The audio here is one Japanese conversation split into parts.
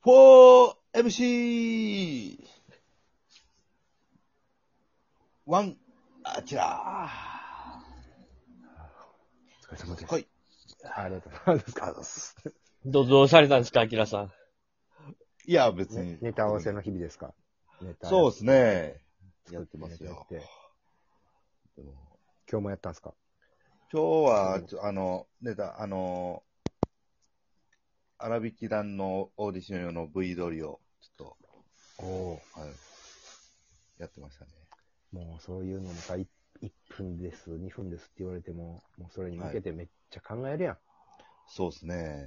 4MC! 1、あちらお疲れ様です。 はい。 ありがとうございます。 ありがとうございますどうされたんですか、アキラさん。 いや、別に。 ネタ合わせの日々ですか？ネタそうですね。や作ってますよ。 ネタやって今日もやったんですか？ 今日は、ネタ、荒引き団のオーディション用の V 撮りを、ちょっと、はい、やってましたね。 もうそういうのもさ、1分です、2分ですって言われても、もうそれに向けてめっちゃ考えるやん。 そうですね。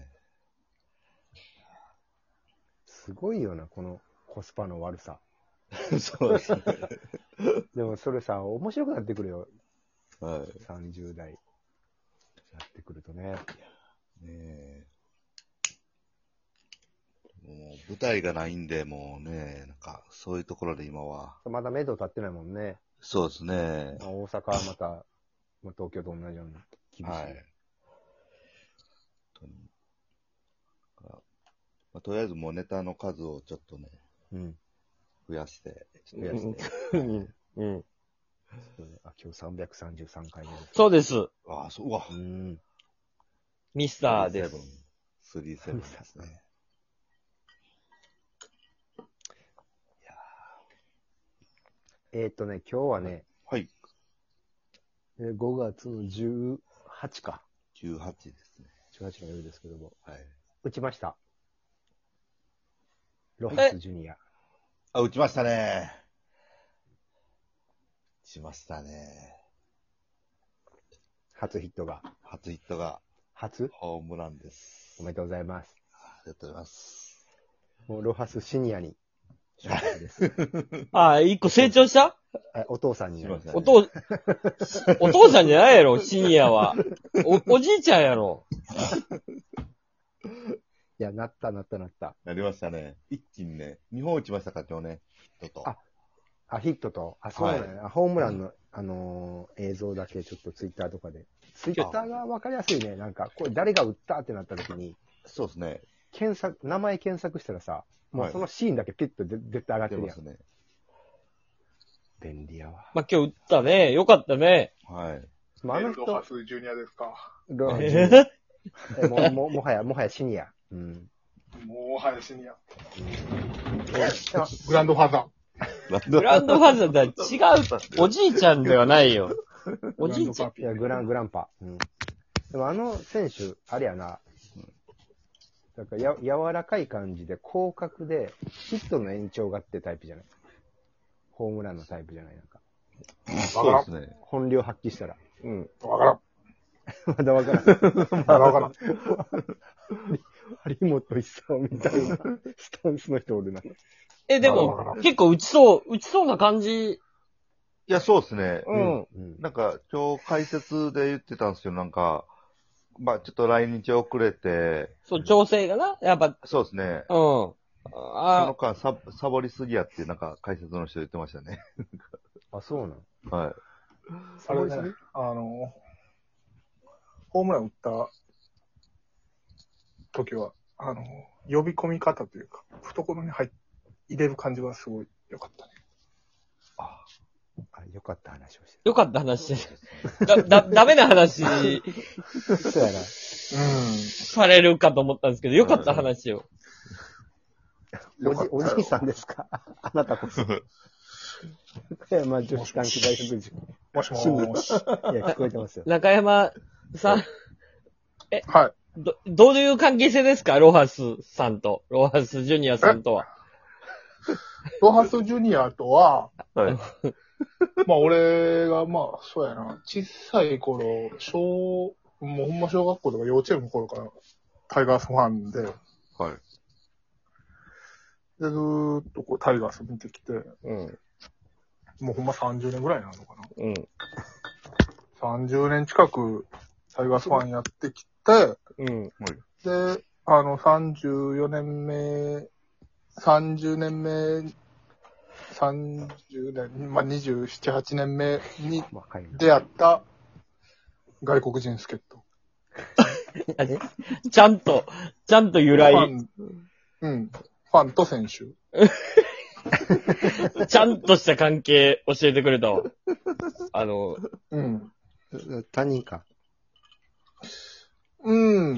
すごいよな、このコスパの悪さ。 そうですね。 でもそれさ、面白くなってくるよ。 はい。 30代。やってくるとね。 ねえ。もう舞台がないんで、もうね、なんか、そういうところで今は。 まだ目処立ってないもんね。 そうですね。 大阪はまた、東京と同じように厳しい。 はい。本当にとりあえずもうネタの数をちょっとね、増やして。 増やして。 うん。 あ、今日333回目です。 そうです。 ああ、そう、うわ。 ミスターです。 37ですね。 今日はね、 はい。 5月の18か。 18ですね。 18の夜ですけども。 はい。 打ちました。ロハスジュニア。 あ、打ちましたね。打ちましたね。 初ヒットが。 初ヒットが。 初ホームランです。 おめでとうございます。 ありがとうございます。 もうロハスシニアに昇格です。 あ、一個成長した？ お父さんになりました、ね。 お父さんじゃないやろ、シニアは。おじいちゃんやろ。 いや、なった。 なりましたね。一気にね、2本打ちましたか、今日ね。ヒットと。 ヒットと。そうね。はい、ホームランの、映像だけちょっとツイッターとかで。ツイッターがわかりやすいね。なんか、これ誰が打ったってなった時に。 そうですね。 名前検索したらさ、もうそのシーンだけピッと絶対上がってるやん。ね、便利やわ。 まあ、今日打ったね。よかったね。 はい。 ロハスジュニアですか。 ロハスジュニア。もはやシニア。 もはやシニア。グランドファーザー。グランドファーザーだ違う。おじいちゃんではないよ。おじいちゃん。 いや、グランパ。でも選手、あれやな。だから柔らかい感じで、広角で、ヒットの延長がってタイプじゃない。ホームランのタイプじゃない。なんか。 そうですね。 本領発揮したら。 わからん。 まだわからん。張本勲みたいなスタンスの人おるな。 でも、結構打ちそうな感じ。 いや、そうですね。なんか、今日解説で言ってたんですけど、なんか、まあちょっと来日遅れて。 そう、調整がな、やっぱ。 そうですね。 その間サボりすぎやって、なんか解説の人言ってましたね。 あ、そうなの？ はい。 あれね、ホームラン打った時は、呼び込み方というか、懐に入れる感じがすごい良かったね。 良かった話をして。 良かった話。ダメな話。 そうやな。 されるかと思ったんですけど、良かった話を。 おじいさんですか？あなたこそ。まあ、女子短期大学時。 もしもし。 いや、聞こえてますよ。 中山さん。 はい。 どういう関係性ですか？ロハスさんと。ロハスジュニアさんとは。 ロハスジュニアとは、まあ俺が、そうやな、小さい頃、もうほんま小学校とか幼稚園の頃からタイガースファンで、で、ずーっとこうタイガース見てきて、もうほんま30年ぐらいなのかな。30年近くタイガースファンやってきて、で、30年目、27、8年目に出会った外国人助っ人。 ちゃんと由来。 ファンと選手。 ちゃんとした関係教えてくれたわ。 うん。 他人か。 うん。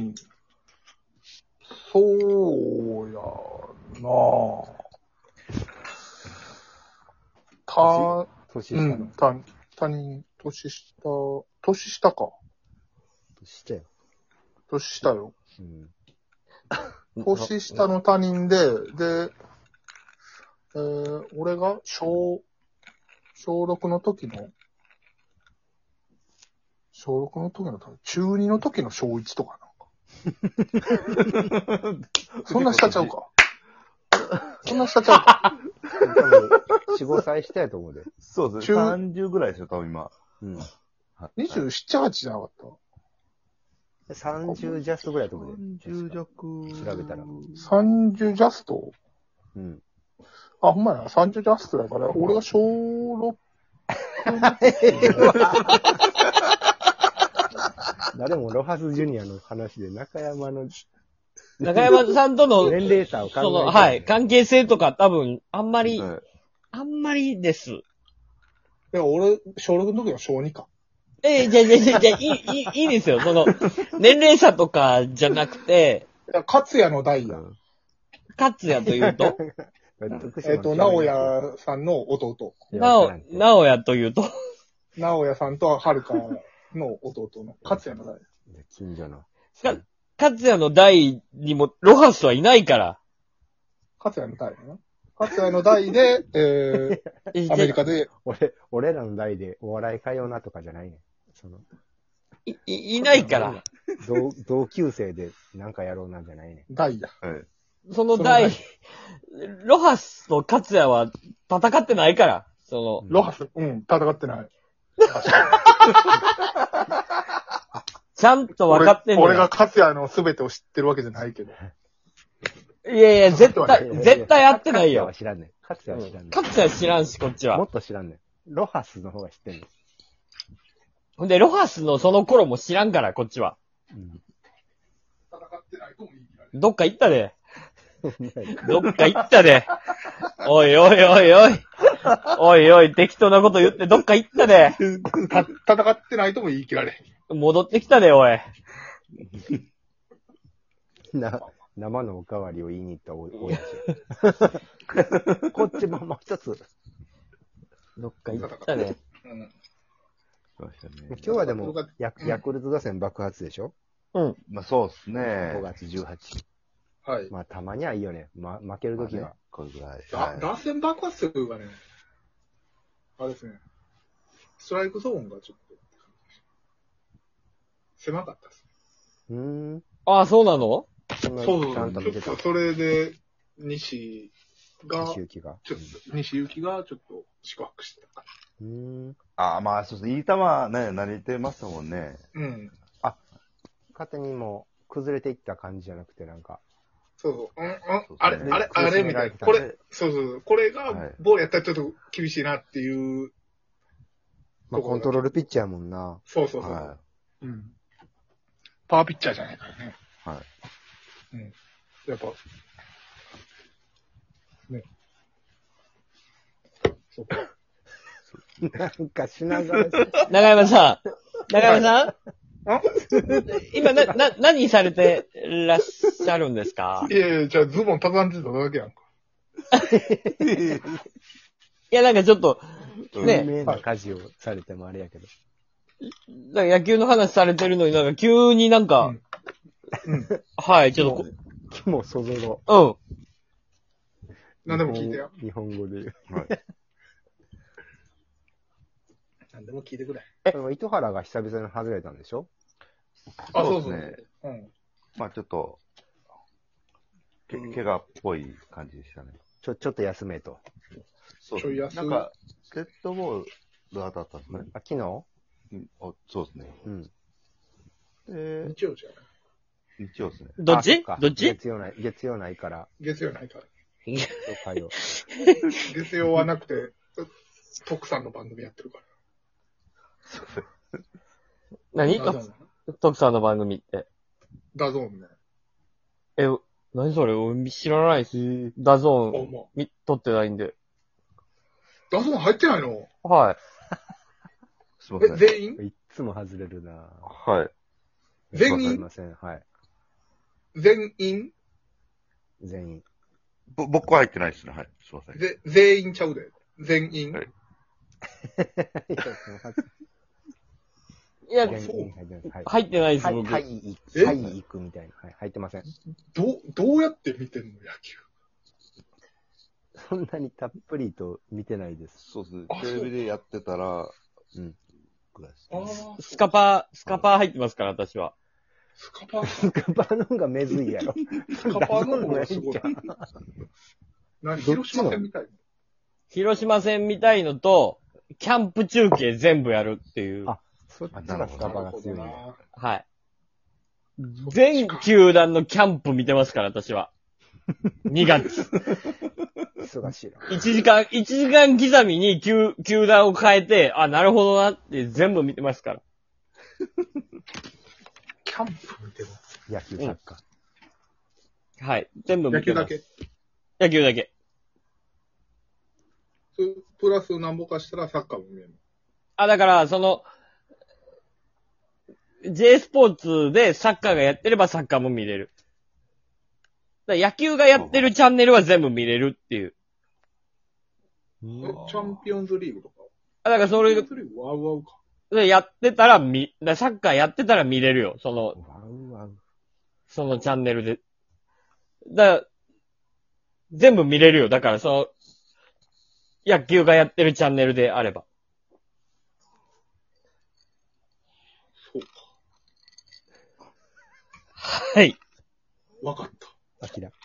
そうやなぁ。 年下の。 他人、年下か。 年下よ。 年下よ。 うん。 年下の他人で、俺が小6の時の、中2の時の小1とかなんか。そんな下ちゃうか。そんな下ちゃうか。 多分、4、5歳下やと思うで。 そうですね。30ぐらいですよ、多分今。 うん。 27、8じゃなかった。 30ジャストぐらいやと思うで。 30弱。 調べたら。 30ジャスト？ うん。 あ、ほんまや、30ジャストだから、俺が小6。 誰もロハスジュニアの話で中山さんとの、 年齢差を考えて、 はい、関係性とか多分、あんまりです。 いや、俺、小6の時は小2か。 じゃいいですよ。年齢差とかじゃなくて、 いや、勝也の代や。 勝也というと直也さんの弟。 直也というと直也さんとはるかの弟の勝也の代。 近所の。 勝也の代にもロハスはいないから。 勝也の代な。勝也の代で、アメリカで。 俺らの代でお笑いかよなとかじゃないね。 いないから。 同級生でなんかやろうなんじゃないね。 代や。 はい。 その代、ロハスと勝也は戦ってないから。 ロハス、戦ってない。 ちゃんと分かってんのよ。 俺が勝也の全てを知ってるわけじゃないけど。 いや、絶対やってないよ。 勝也は知らんねん。勝也は知らんねん。 勝也は知らんし、こっちは。 もっと知らんねん。ロハスの方が知ってんねん。 ほんで、ロハスのその頃も知らんから、こっちは。 戦ってないとも言い切られる。 どっか行ったで。どっか行ったで。おいおいおいおい。おいおい、適当なこと言ってどっか行ったで。 戦ってないとも言い切られへん。戻ってきたで、おい。 生のおかわりを言いに行った親父。こっちももう一つ。 どっか行ったで。 今日はでも、ヤクルト打線爆発でしょ？ うん。 まあそうっすね。 5月18。 はい。 まあたまにはいいよね。負けるときは。 これぐらい。 打線爆発力がね、あれですね。ストライクゾーンがちょっと、狭かったですね。 ああ、そうなの？ そう、ちゃんと見てた。それで、西幸がちょっと宿泊してた。 まあ、そうですね。いい球ね、投げてましたもんね。 うん。 勝手にもう崩れていった感じじゃなくて、なんか。 そう。あれみたいな。これ、これがボールやったらちょっと厳しいなっていう。 まあ、コントロールピッチャーもんな。 そう。はい。うん。パワーピッチャーじゃないからね。 はい。 うん。やっぱ、ね。そうか。 なんかしながら。 長山さん今、何されてらっしゃるんですか？ いや、じゃあズボン畳んでただけやんか。 いや、なんかちょっと、 ね。有名な家事をされてもあれやけど。 なんか野球の話されてるのになんか急になんか、はい、ちょっと。 もうそぞろ。 うん。 何でも聞いてよ。 日本語で言う。 はい。 何でも聞いてくれ。 糸原が久々に外れたんでしょ？ そうですね。うん。まあちょっと、怪我っぽい感じでしたね。 ちょっと休めと。 そうですね。なんか、デッドボール当たったんですね。 昨日？ そうですね。 うん。 日曜じゃない日曜ですね。 どっち月曜ないから。 月曜ないから。 月曜はなくて、徳さんの番組やってるから。 何？徳さんの番組って。 ダゾーンね。 何それ俺知らないっす。ダゾーン、 まあ、 撮ってないんで。 ダゾーン入ってないの？ はい。 すいません。 全員？ いっつも外れるなはい。 全員わかりません。はい。 全員全員。 僕は入ってないですね。はい。すいません。 全員ちゃうで。全員、 はいいや、 全員入ってない。はい。 入ってないっす、 はい、 僕。 はい、行くみたいな。はい、入ってません。 どうやって見てんの野球。 そんなにたっぷりと見てないです。 そうですね。テレビでやってたら、 うん。 ぐらいですあね。 あ、 スカパー入ってますから、私は。 スカパースカパーの方がめずいやろ。 スカパーの方がすごい。何広島戦みたいな。 広島戦見たいのと、キャンプ中継全部やるっていう。 あそっちがスカパーが強いんだ。 はい。全球団のキャンプ見てますから、私は。2月。 忙しいな。 1時間刻みに球団を変えて、あ、なるほどなって全部見てますから。 キャンプ見てる。 野球、サッカー。 はい。全部見てます。 野球だけ。 野球だけ。 プラス何ぼかしたらサッカーも見える。 あ、だから、J スポーツでサッカーがやってればサッカーも見れる。だから野球がやってるチャンネルは全部見れるっていう。 チャンピオンズリーグとか。 あ、だからそれチャンピオンズリーグワウワウか。 でやってたらだからサッカーやってたら見れるよ。 ワウワウ。 そのチャンネルで。だから、全部見れるよ。だから野球がやってるチャンネルであれば。 そうか。 はい。 わかった。 アキラ。